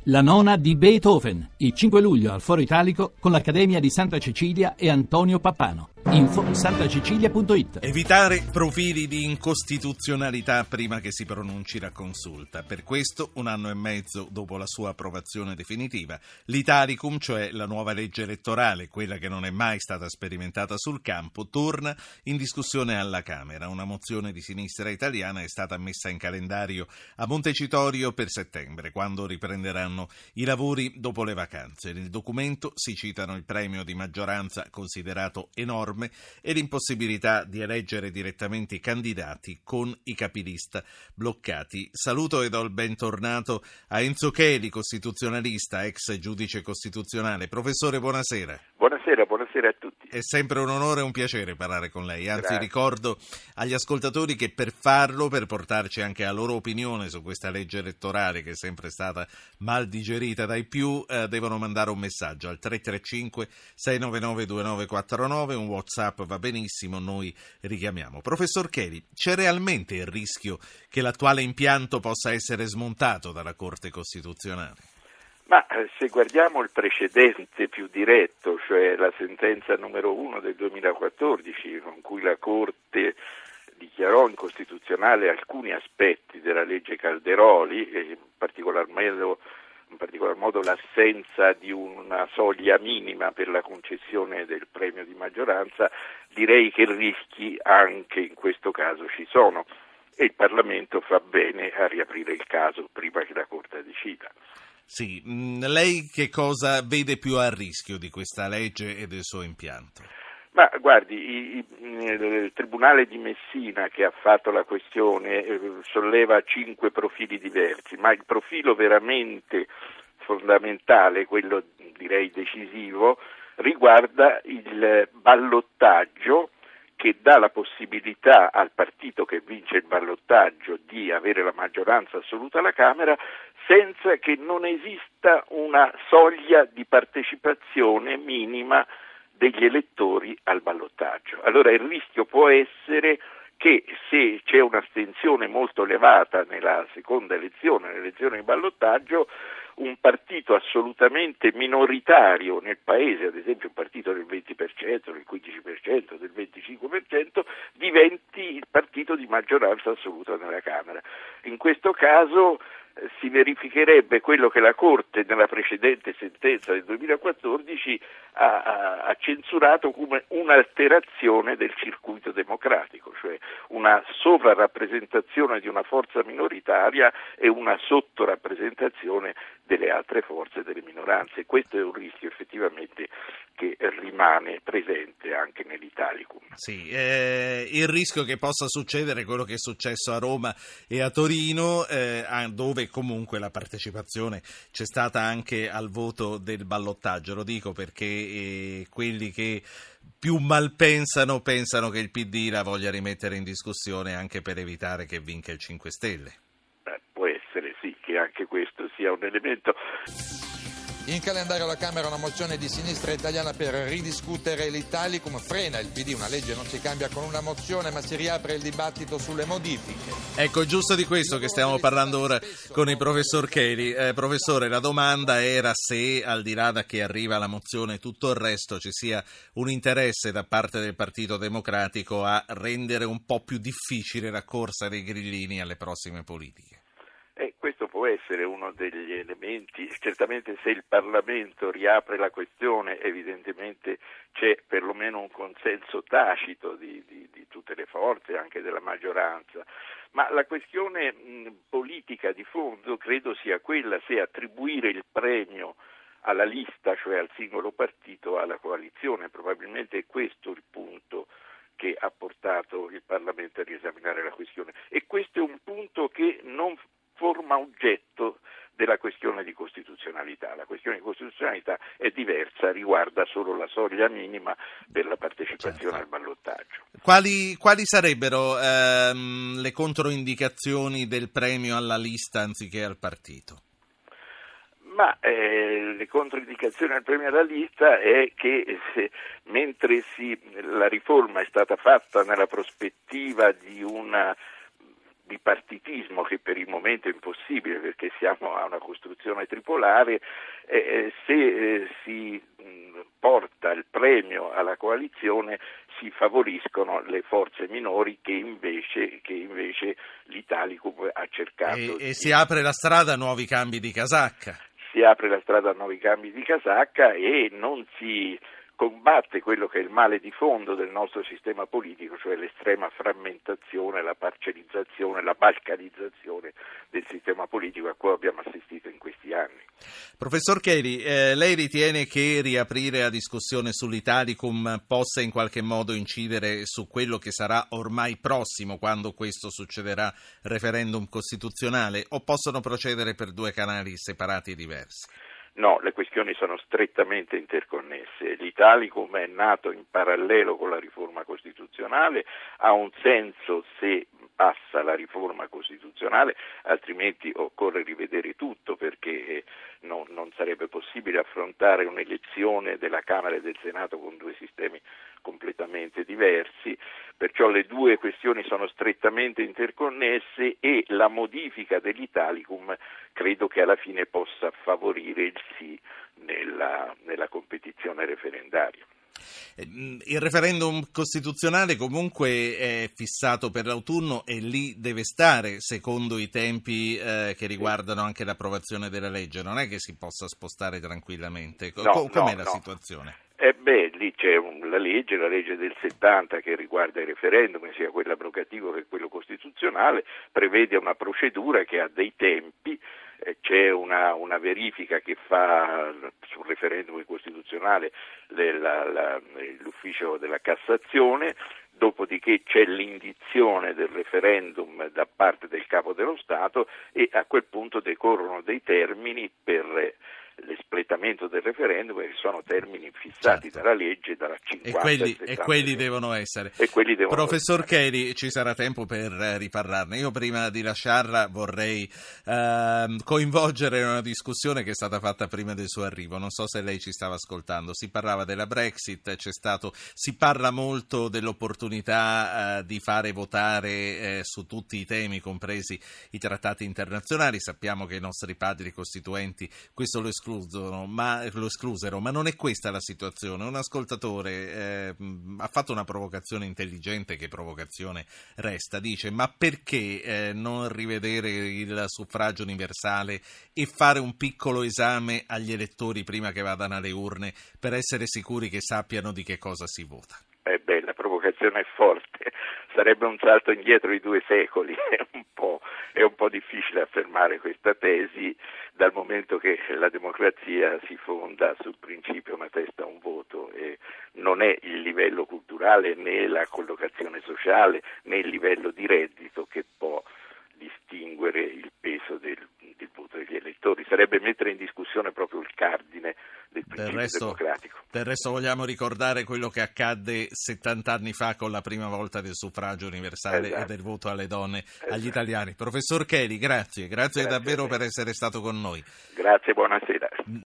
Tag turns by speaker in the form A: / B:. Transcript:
A: La nona di Beethoven, il 5 luglio al Foro Italico con l'Accademia di Santa Cecilia e Antonio Pappano. Info santacecilia.it.
B: Evitare profili di incostituzionalità prima che si pronunci la consulta. Per questo, 1 anno e mezzo dopo la sua approvazione definitiva, l'Italicum, cioè la nuova legge elettorale, quella che non è mai stata sperimentata sul campo, torna in discussione alla Camera. Una mozione di Sinistra Italiana è stata messa in calendario a Montecitorio per settembre, quando riprenderanno i lavori dopo le vacanze. Nel documento si citano il premio di maggioranza considerato enorme e l'impossibilità di eleggere direttamente i candidati con i capilista bloccati. Saluto e do il bentornato a Enzo Cheli, costituzionalista, ex giudice costituzionale. Professore, buonasera.
C: Buonasera a tutti.
B: È sempre un onore e un piacere parlare con lei. Anzi,
C: Grazie.
B: Ricordo agli ascoltatori che per farlo, per portarci anche la loro opinione su questa legge elettorale che è sempre stata mal digerita dai più, devono mandare un messaggio al 335-699-2949, un WhatsApp va benissimo, noi richiamiamo. Professor Cheli, c'è realmente il rischio che l'attuale impianto possa essere smontato dalla Corte Costituzionale?
C: Ma se guardiamo il precedente più diretto, cioè la sentenza numero 1 del 2014, con cui la Corte dichiarò incostituzionale alcuni aspetti della legge Calderoli, in particolar modo l'assenza di una soglia minima per la concessione del premio di maggioranza, direi che rischi anche in questo caso ci sono e il Parlamento fa bene a riaprire il caso prima che la Corte decida.
B: Sì, lei che cosa vede più a rischio di questa legge e del suo impianto?
C: Ma guardi, il Tribunale di Messina che ha fatto la questione solleva 5 profili diversi, ma il profilo veramente fondamentale, quello direi decisivo, riguarda il ballottaggio che dà la possibilità al partito che vince il ballottaggio di avere la maggioranza assoluta alla Camera senza che non esista una soglia di partecipazione minima degli elettori al ballottaggio. Allora il rischio può essere che se c'è un'astensione molto elevata nella seconda elezione, l'elezione di ballottaggio, un partito assolutamente minoritario nel paese, ad esempio un partito del 20%, del 15%, del 25%, diventi il partito di maggioranza assoluta nella Camera. In questo caso si verificherebbe quello che la Corte nella precedente sentenza del 2014 ha censurato come un'alterazione del circuito democratico, cioè una sovrarappresentazione di una forza minoritaria e una sottorappresentazione delle altre forze, delle minoranze. Questo è un rischio effettivamente che rimane presente anche nell'Italicum.
B: Sì, il rischio che possa succedere quello che è successo a Roma e a Torino, dove comunque la partecipazione c'è stata anche al voto del ballottaggio. Lo dico perché quelli che più malpensano pensano che il PD la voglia rimettere in discussione anche per evitare che vinca il 5 Stelle.
C: Può essere sì che anche questo sia un elemento.
D: In calendario alla Camera una mozione di Sinistra Italiana per ridiscutere l'Italicum, frena il PD, una legge non si cambia con una mozione ma si riapre il dibattito sulle modifiche.
B: Ecco, giusto di questo che stiamo parlando ora con il professor Cheli. Professore, la domanda era se al di là da che arriva la mozione e tutto il resto ci sia un interesse da parte del Partito Democratico a rendere un po' più difficile la corsa dei grillini alle prossime politiche.
C: Questo può essere uno degli elementi, certamente se il Parlamento riapre la questione evidentemente c'è perlomeno un consenso tacito di tutte le forze, anche della maggioranza, ma la questione politica di fondo credo sia quella se attribuire il premio alla lista, cioè al singolo partito, alla coalizione. Probabilmente è questo il punto che ha portato il Parlamento a riesaminare la questione e questo è un punto che non forma oggetto della questione di costituzionalità. La questione di costituzionalità è diversa, riguarda solo la soglia minima per la partecipazione al ballottaggio.
B: Quali sarebbero le controindicazioni del premio alla lista anziché al partito?
C: Ma le controindicazioni al premio alla lista è che mentre la riforma è stata fatta nella prospettiva di bipartitismo che per il momento è impossibile perché siamo a una costruzione tripolare, se si porta il premio alla coalizione si favoriscono le forze minori che invece l'Italicum ha cercato.
B: E si apre la strada a nuovi cambi di casacca.
C: Si apre la strada a nuovi cambi di casacca e non si combatte quello che è il male di fondo del nostro sistema politico, cioè l'estrema frammentazione, la parcellizzazione, la balcanizzazione del sistema politico a cui abbiamo assistito in questi anni.
B: Professor Cheli, lei ritiene che riaprire la discussione sull'Italicum possa in qualche modo incidere su quello che sarà ormai prossimo, quando questo succederà, referendum costituzionale, o possono procedere per due canali separati e diversi?
C: No, le questioni sono strettamente interconnesse. L'Italicum è nato in parallelo con la riforma costituzionale, ha un senso se passa la riforma costituzionale, altrimenti occorre rivedere tutto perché non sarebbe possibile affrontare un'elezione della Camera e del Senato con due sistemi completamente diversi, perciò le due questioni sono strettamente interconnesse e la modifica dell'Italicum credo che alla fine possa favorire il sì nella competizione referendaria.
B: Il referendum costituzionale comunque è fissato per l'autunno e lì deve stare secondo i tempi che riguardano anche l'approvazione della legge, non è che si possa spostare tranquillamente. Com'è la situazione?
C: Lì c'è la legge del 70 che riguarda il referendum, sia quello abrogativo che quello costituzionale, prevede una procedura che ha dei tempi, c'è una verifica che fa sul referendum costituzionale l'ufficio della Cassazione, dopodiché c'è l'indizione del referendum da parte del Capo dello Stato e a quel punto decorrono dei termini per l'espletamento del referendum che sono termini fissati dalla legge dalla 50
B: e quelli devono essere. Professor Cheli, ci sarà tempo per riparlarne. Io prima di lasciarla vorrei coinvolgere una discussione che è stata fatta prima del suo arrivo. Non so se lei ci stava ascoltando. Si parlava della Brexit, si parla molto dell'opportunità di fare votare su tutti i temi, compresi i trattati internazionali. Sappiamo che i nostri padri costituenti questo lo esclusero, ma non è questa la situazione. Un ascoltatore ha fatto una provocazione intelligente, che provocazione resta, dice: ma perché non rivedere il suffragio universale e fare un piccolo esame agli elettori prima che vadano alle urne per essere sicuri che sappiano di che cosa si vota?
C: La provocazione è forte, sarebbe un salto indietro di 2 secoli, è un po' difficile affermare questa tesi dal momento che la democrazia si fonda sul principio una testa un voto e non è il livello culturale né la collocazione sociale né il livello di reddito che può distinguere il peso del voto degli elettori, sarebbe mettere in discussione proprio il cardine del principio democratico.
B: Del resto vogliamo ricordare quello che accadde 70 anni fa con la prima volta del suffragio universale e del voto alle donne, agli italiani. Professor Cheli, grazie davvero per essere stato con noi.
C: Grazie, buonasera.